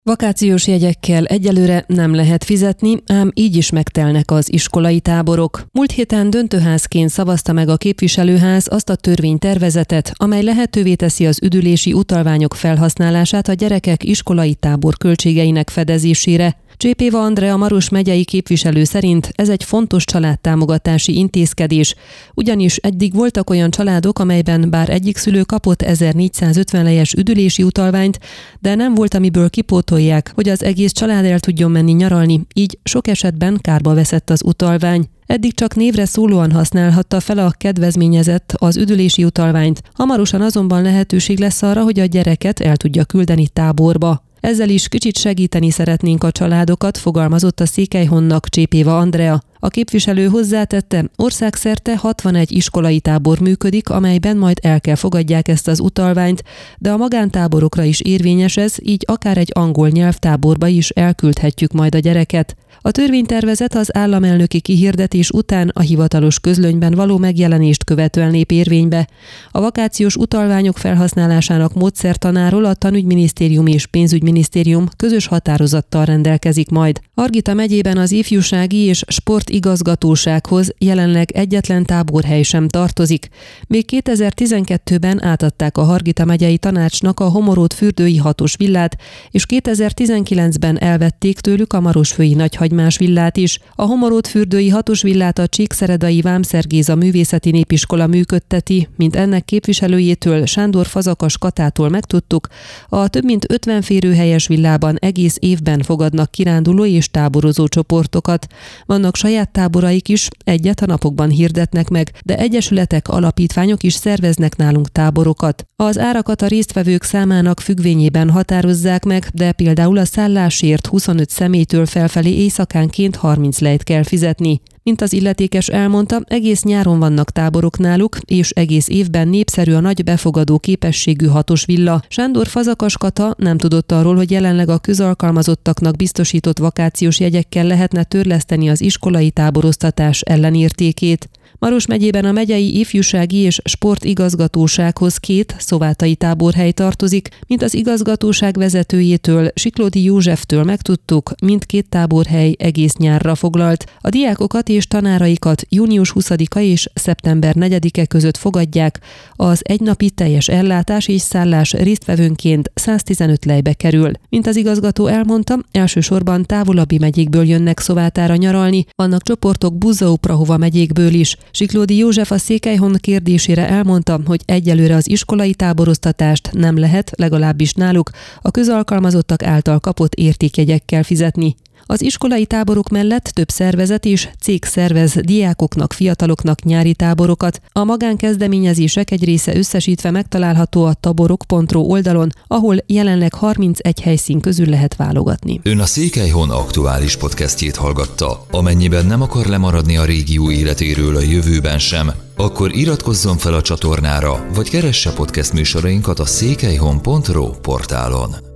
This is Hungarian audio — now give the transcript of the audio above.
Vakációs jegyekkel egyelőre nem lehet fizetni, ám így is megtelnek az iskolai táborok. Múlt héten döntőházként szavazta meg a képviselőház azt a törvénytervezetet, amely lehetővé teszi az üdülési utalványok felhasználását a gyerekek iskolai tábor költségeinek fedezésére. Csépéva Andrea Maros megyei képviselő szerint ez egy fontos családtámogatási intézkedés, ugyanis eddig voltak olyan családok, amelyben bár egyik szülő kapott 1450 lejes üdülési utalványt, de nem volt, amiből kipótolják, hogy az egész család el tudjon menni nyaralni, így sok esetben kárba veszett az utalvány. Eddig csak névre szólóan használhatta fel a kedvezményezett az üdülési utalványt, hamarosan azonban lehetőség lesz arra, hogy a gyereket el tudja küldeni táborba. Ezzel is kicsit segíteni szeretnénk a családokat, fogalmazott a Székelyhonnak Csépéva Andrea. A képviselő hozzátette, országszerte 61 iskolai tábor működik, amelyben majd el kell fogadják ezt az utalványt, de a magántáborokra is érvényes ez, így akár egy angol nyelvtáborba is elküldhetjük majd a gyereket. A törvénytervezet az államelnöki kihirdetés után a hivatalos közlönyben való megjelenést követően lép érvénybe. A vakációs utalványok felhasználásának módszertanáról a Tanügyminisztérium és Pénzügyminisztérium közös határozattal rendelkezik majd. Hargita megyében az ifjúsági és sportigazgatósághoz jelenleg egyetlen táborhely sem tartozik. Még 2012-ben átadták a Hargita megyei tanácsnak a Homoród-fürdői 6-os villát, és 2019-ben elvették tőlük a Marosfői Nagyhagymás villát is. A Homoród-fürdői 6-os villát a Csíkszeredai Vámszer Géza Művészeti Népiskola működteti, mint ennek képviselőjétől, Sándor Fazakas Katától megtudtuk, a több mint 50 férőhelyes villában egész évben fogadnak kiránduló és táborozó csoportokat. Vannak saját táboraik is, egyet a napokban hirdetnek meg, de egyesületek, alapítványok is szerveznek nálunk táborokat. Az árakat a résztvevők számának függvényében határozzák meg, de például a szállásért 25 személytől felfelé éjszakánként 30 lejt kell fizetni. Mint az illetékes elmondta, egész nyáron vannak táborok náluk, és egész évben népszerű a nagy befogadó képességű 6-os villa. Sándor Fazakas Kata nem tudott arról, hogy jelenleg a közalkalmazottaknak biztosított vakációs jegyekkel lehetne törleszteni az iskolai táboroztatás ellenértékét. Maros megyében a megyei ifjúsági és sportigazgatósághoz 2 szovátai táborhely tartozik, mint az igazgatóság vezetőjétől, Siklódi Józseftől megtudtuk, mindkét táborhely egész nyárra foglalt. A diákokat és tanáraikat június 20-a és szeptember 4-e között fogadják, az egynapi teljes ellátás és szállás résztvevőnként 115 lejbe kerül. Mint az igazgató elmondta, elsősorban távolabbi megyékből jönnek Szovátára nyaralni, vannak csoportok Buzau-Prahova megyékből is. Siklódi József a Székelyhon kérdésére elmondta, hogy egyelőre az iskolai táboroztatást nem lehet, legalábbis náluk, a közalkalmazottak által kapott értékjegyekkel fizetni. Az iskolai táborok mellett több szervezet és cég szervez diákoknak, fiataloknak nyári táborokat. A magánkezdeményezések egy része összesítve megtalálható a taborok.ro oldalon, ahol jelenleg 31 helyszín közül lehet válogatni. Ön a Székelyhon aktuális podcastjét hallgatta. Amennyiben nem akar lemaradni a régió életéről a jövőben sem, akkor iratkozzon fel a csatornára, vagy keresse podcast műsorainkat a székelyhon.ro portálon.